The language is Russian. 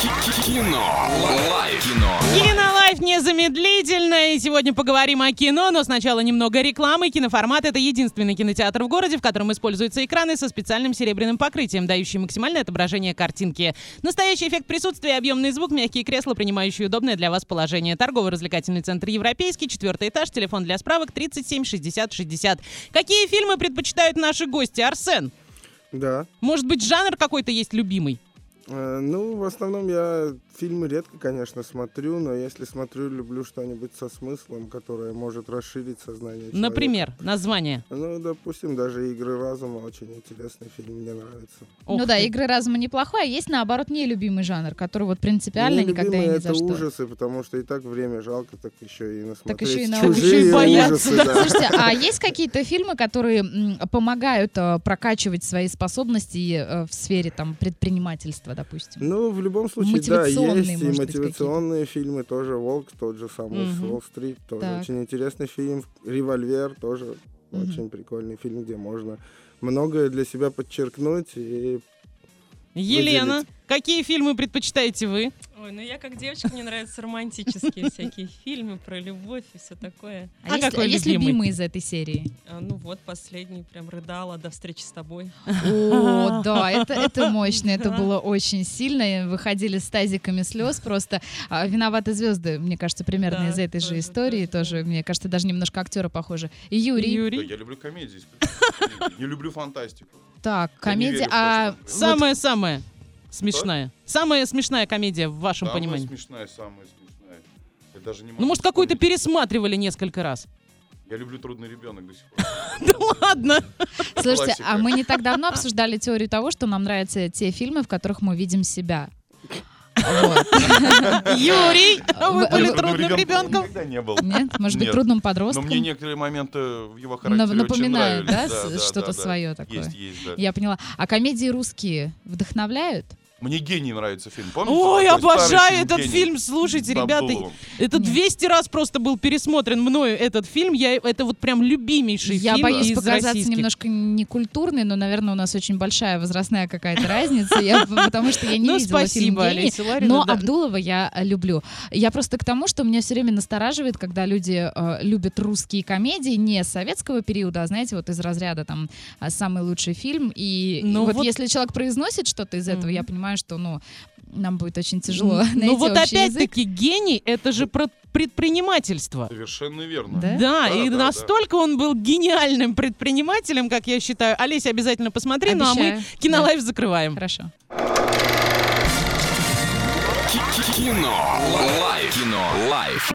Кино. Лайф. Кинолайф незамедлительно, и сегодня поговорим о кино, но сначала немного рекламы. Киноформат — это единственный кинотеатр в городе, в котором используются экраны со специальным серебряным покрытием, дающие максимальное отображение картинки. Настоящий эффект присутствия, объемный звук, мягкие кресла, принимающие удобное для вас положение. Торгово-развлекательный центр «Европейский», 4-й этаж, телефон для справок 37 60 60. Какие фильмы предпочитают наши гости, Арсен? Да. Может быть, жанр какой-то есть любимый? В основном я фильмы редко, конечно, смотрю, но если смотрю, люблю что-нибудь со смыслом, которое может расширить сознание человека. Например, название? Допустим, даже «Игры разума» очень интересный фильм, мне нравится. Да, «Игры разума» неплохой, а есть, наоборот, нелюбимый жанр, который вот принципиально никогда и ни за что. Это ужасы, потому что и так время жалко, так еще и насмотреть Так еще и на чужие ужасы. Да. Слушайте, а есть какие-то фильмы, которые помогают прокачивать свои способности в сфере там предпринимательства, допустим? В любом случае, да, есть и может быть, мотивационные фильмы тоже. «Волк», тот же самый, «Уолл-стрит», тоже Так. очень интересный фильм. «Револьвер» тоже очень прикольный фильм, где можно многое для себя подчеркнуть и Елена, выделить. какие фильмы предпочитаете вы? Ой, я как девочка, мне нравятся романтические всякие фильмы про любовь и все такое. А какой есть любимый? любимый из этой серии? Последний, прям рыдала «До встречи с тобой». О, да, это мощно, это было очень сильно. Выходили с тазиками слез просто. «Виноваты звезды», мне кажется, примерно Да, из этой же тоже, истории. Тоже, мне кажется, даже немножко актера похожи. И Юрий. Да, я люблю комедии. Не люблю фантастику. Так, Я не комедия. верю в то, что Самая-самая смешная. Самая смешная комедия в вашем понимании. Самая смешная. Я даже не могу Может, какую-то вспомнить. пересматривали несколько раз? Я люблю «Трудный ребенок» до сих пор. Да ладно! Слушайте, Классика. а мы не так давно обсуждали теорию того, что нам нравятся те фильмы, в которых мы видим себя. Вот. Юрий, вы были Трудным трудным ребенком? Никогда не был. Нет? Может быть, Нет. трудным Но подростком? мне некоторые моменты в его характере очень Напоминают, да, нравились. что-то свое такое? Есть, да. Я поняла. А комедии русские вдохновляют? Мне «Гений» нравится фильм. Помните? Ой, такой старый обожаю этот «Гений» фильм. Слушайте, с ребята, Абдуловым? это 200 раз просто был пересмотрен мною этот фильм. Это вот прям любимейший Я фильм боюсь из показаться российских. немножко некультурной, но, наверное, у нас очень большая возрастная какая-то разница, потому что я не Ну, видела фильм спасибо, «Гений», Олеся Ларина, но да. Абдулова я люблю. Я просто к тому, что меня все время настораживает, когда люди любят русские комедии не советского периода, а, знаете, вот из разряда там «Самый лучший фильм». И Ну вот вот- если человек произносит что-то из этого, я понимаю, что, нам будет очень тяжело найти Ну вот общий язык. опять-таки «Гений» — это же про предпринимательство. Совершенно верно. Да? Да, и да. настолько он был гениальным предпринимателем, как я считаю. Олеся, обязательно посмотри, ну а мы Обещаю. Кинолайф закрываем. Хорошо. Кино. Лайф.